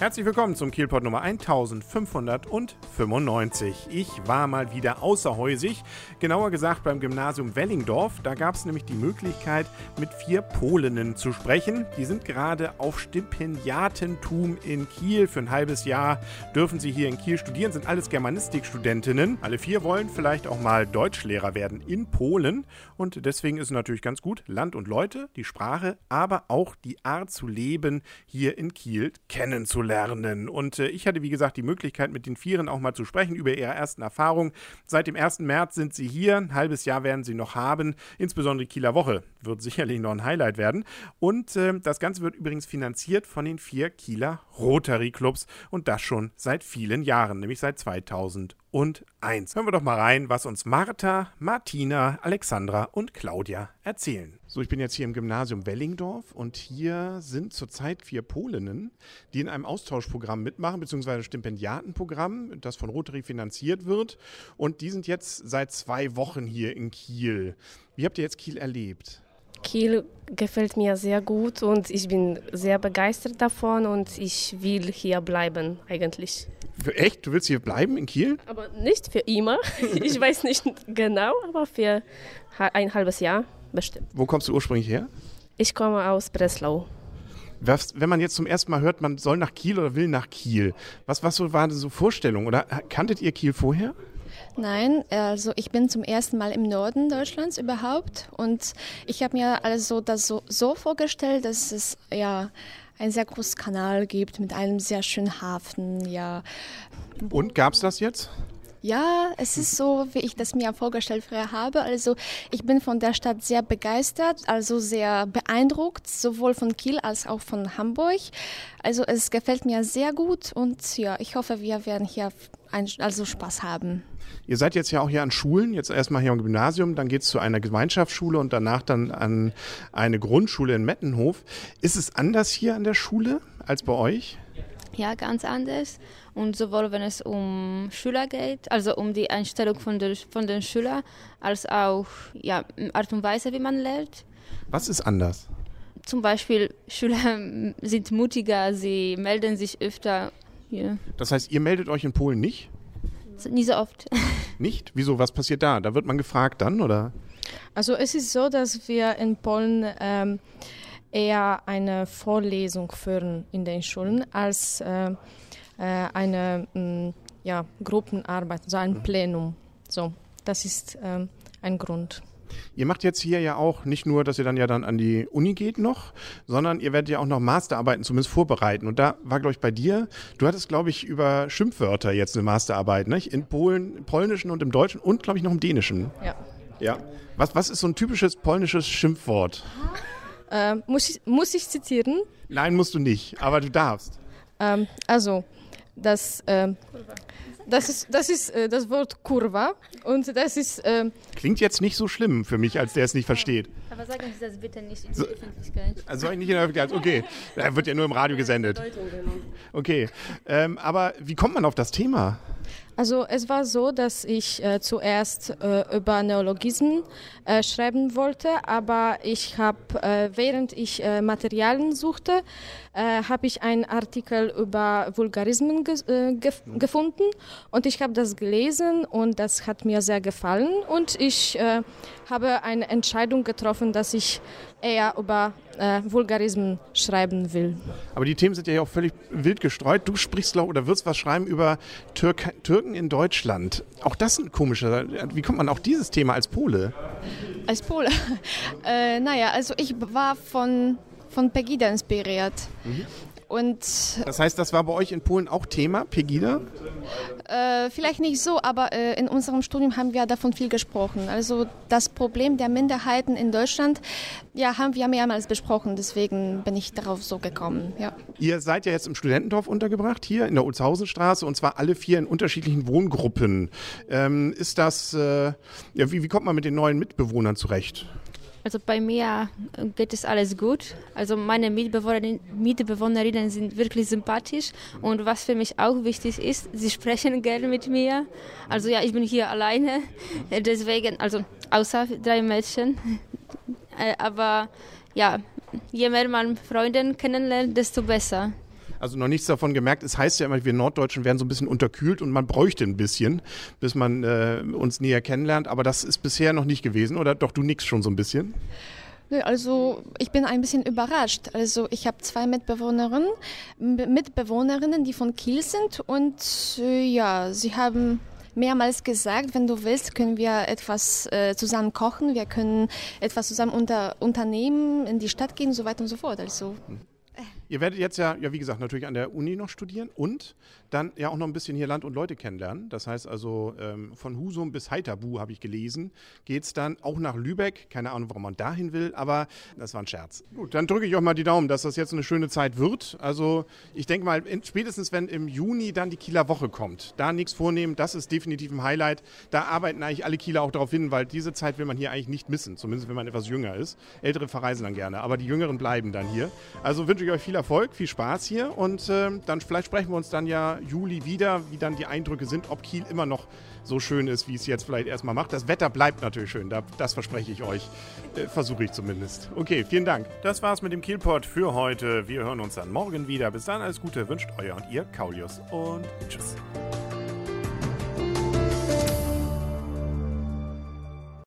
Herzlich willkommen zum Kielpot Nummer 1595. Ich war mal wieder außerhäusig, genauer gesagt beim Gymnasium Wellingdorf. Da gab es nämlich die Möglichkeit, mit 4 Polinnen zu sprechen. Die sind gerade auf Stipendiatentum in Kiel. Für ein halbes Jahr dürfen sie hier in Kiel studieren, sind alles Germanistikstudentinnen. Alle 4 wollen vielleicht auch mal Deutschlehrer werden in Polen. Und deswegen ist es natürlich ganz gut, Land und Leute, die Sprache, aber auch die Art zu leben hier in Kiel kennenzulernen. Und ich hatte, wie gesagt, die Möglichkeit, mit den Vieren auch mal zu sprechen über ihre ersten Erfahrungen. Seit dem 1. März sind sie hier. Ein halbes Jahr werden sie noch haben. Insbesondere die Kieler Woche wird sicherlich noch ein Highlight werden. Und das Ganze wird übrigens finanziert von den 4 Kieler Rotary-Clubs. Und das schon seit vielen Jahren, nämlich seit 2001. Hören wir doch mal rein, was uns Martha, Martina, Alexandra und Claudia erzählen. So, ich bin jetzt hier im Gymnasium Wellingdorf und hier sind zurzeit 4 Polinnen, die in einem Austauschprogramm mitmachen, beziehungsweise Stipendiatenprogramm, das von Rotary finanziert wird. Und die sind jetzt seit 2 Wochen hier in Kiel. Wie habt ihr jetzt Kiel erlebt? Kiel gefällt mir sehr gut und ich bin sehr begeistert davon und ich will hier bleiben eigentlich. Echt? Du willst hier bleiben in Kiel? Aber nicht für immer. Ich weiß nicht genau, aber für ein halbes Jahr bestimmt. Wo kommst du ursprünglich her? Ich komme aus Breslau. Wenn man jetzt zum ersten Mal hört, man soll nach Kiel oder will nach Kiel, was waren so Vorstellungen? Oder kanntet ihr Kiel vorher? Nein, also ich bin zum ersten Mal im Norden Deutschlands überhaupt und ich habe mir also das so vorgestellt, dass es ja einen sehr großen Kanal gibt mit einem sehr schönen Hafen, ja. Und gab es das jetzt? Ja, es ist so, wie ich das mir vorgestellt früher habe. Also ich bin von der Stadt sehr begeistert, also sehr beeindruckt, sowohl von Kiel als auch von Hamburg. Also es gefällt mir sehr gut und ja, ich hoffe, wir werden hier also Spaß haben. Ihr seid jetzt ja auch hier an Schulen, jetzt erstmal hier am Gymnasium, dann geht es zu einer Gemeinschaftsschule und danach dann an eine Grundschule in Mettenhof. Ist es anders hier an der Schule als bei euch? Ja, ganz anders. Und sowohl wenn es um Schüler geht, also um die Einstellung von den Schülern, als auch ja, Art und Weise, wie man lernt. Was ist anders? Zum Beispiel, Schüler sind mutiger, sie melden sich öfter. Ja. Das heißt, ihr meldet euch in Polen nicht? Nie so oft. Nicht? Wieso? Was passiert da? Da wird man gefragt dann, oder? Also es ist so, dass wir in Polen eher eine Vorlesung führen in den Schulen als eine Gruppenarbeit, so ein Plenum. So, das ist ein Grund. Ihr macht jetzt hier ja auch nicht nur, dass ihr dann an die Uni geht noch, sondern ihr werdet ja auch noch Masterarbeiten zumindest vorbereiten. Und da war, glaube ich, bei dir, du hattest, glaube ich, über Schimpfwörter jetzt eine Masterarbeit, nicht? In Polen, im Polnischen und im Deutschen und, glaube ich, noch im Dänischen. Ja. Ja. Was ist so ein typisches polnisches Schimpfwort? Muss ich zitieren? Nein, musst du nicht, aber du darfst. Das ist das Wort Kurwa und das ist... Klingt jetzt nicht so schlimm für mich, als der es nicht versteht. Aber sagen Sie das bitte nicht in der Öffentlichkeit. Also nicht in der Öffentlichkeit, okay. Da wird ja nur im Radio gesendet. Okay, aber wie kommt man auf das Thema? Also es war so, dass ich zuerst über Neologismen schreiben wollte, aber ich habe, während ich Materialien suchte, habe ich einen Artikel über Vulgarismen gefunden und ich habe das gelesen und das hat mir sehr gefallen und ich habe eine Entscheidung getroffen, dass ich eher über Vulgarismen schreiben will. Aber die Themen sind ja auch völlig wild gestreut. Du sprichst oder wirst was schreiben über Türken in Deutschland. Auch das ist ein komischer. Wie kommt man auf dieses Thema als Pole? Als Pole? Also ich war von Pegida inspiriert. Mhm. Und das heißt, das war bei euch in Polen auch Thema, Pegida? Vielleicht nicht so, aber in unserem Studium haben wir davon viel gesprochen. Also das Problem der Minderheiten in Deutschland, ja, haben wir mehrmals besprochen. Deswegen bin ich darauf so gekommen. Ja. Ihr seid ja jetzt im Studentendorf untergebracht, hier in der Ulzhausenstraße, und zwar alle 4 in unterschiedlichen Wohngruppen. Ist das, wie kommt man mit den neuen Mitbewohnern zurecht? Also bei mir geht es alles gut. Also meine Mitbewohnerinnen sind wirklich sympathisch und was für mich auch wichtig ist, sie sprechen gerne mit mir. Also ja, ich bin hier alleine, deswegen, also außer 3 Mädchen. Aber ja, je mehr man Freunde kennenlernt, desto besser. also noch nichts davon gemerkt. Es heißt ja immer, wir Norddeutschen werden so ein bisschen unterkühlt und man bräuchte ein bisschen, bis man uns näher kennenlernt. Aber das ist bisher noch nicht gewesen, oder? Doch, du nickst schon so ein bisschen. Also ich bin ein bisschen überrascht. Also ich habe 2 Mitbewohnerinnen, die von Kiel sind und ja, sie haben mehrmals gesagt, wenn du willst, können wir etwas zusammen kochen, wir können etwas zusammen unternehmen, in die Stadt gehen und so weiter und so fort. Also Ihr werdet jetzt ja, wie gesagt, natürlich an der Uni noch studieren und dann ja auch noch ein bisschen hier Land und Leute kennenlernen. Das heißt also, von Husum bis Heiterbu, habe ich gelesen, geht es dann auch nach Lübeck. Keine Ahnung, warum man dahin will, aber das war ein Scherz. Gut, dann drücke ich euch mal die Daumen, dass das jetzt eine schöne Zeit wird. Also ich denke mal, spätestens wenn im Juni dann die Kieler Woche kommt, da nichts vornehmen, das ist definitiv ein Highlight. Da arbeiten eigentlich alle Kieler auch darauf hin, weil diese Zeit will man hier eigentlich nicht missen, zumindest wenn man etwas jünger ist. Ältere verreisen dann gerne, aber die Jüngeren bleiben dann hier. Also wünsche ich euch viel Erfolg, viel Spaß hier und dann vielleicht sprechen wir uns dann ja Juli wieder, wie dann die Eindrücke sind, ob Kiel immer noch so schön ist, wie es jetzt vielleicht erstmal macht. Das Wetter bleibt natürlich schön, das verspreche ich euch, versuche ich zumindest. Okay, vielen Dank. Das war's mit dem Kielpot für heute. Wir hören uns dann morgen wieder. Bis dann, alles Gute, wünscht euer und ihr Kaulius und tschüss.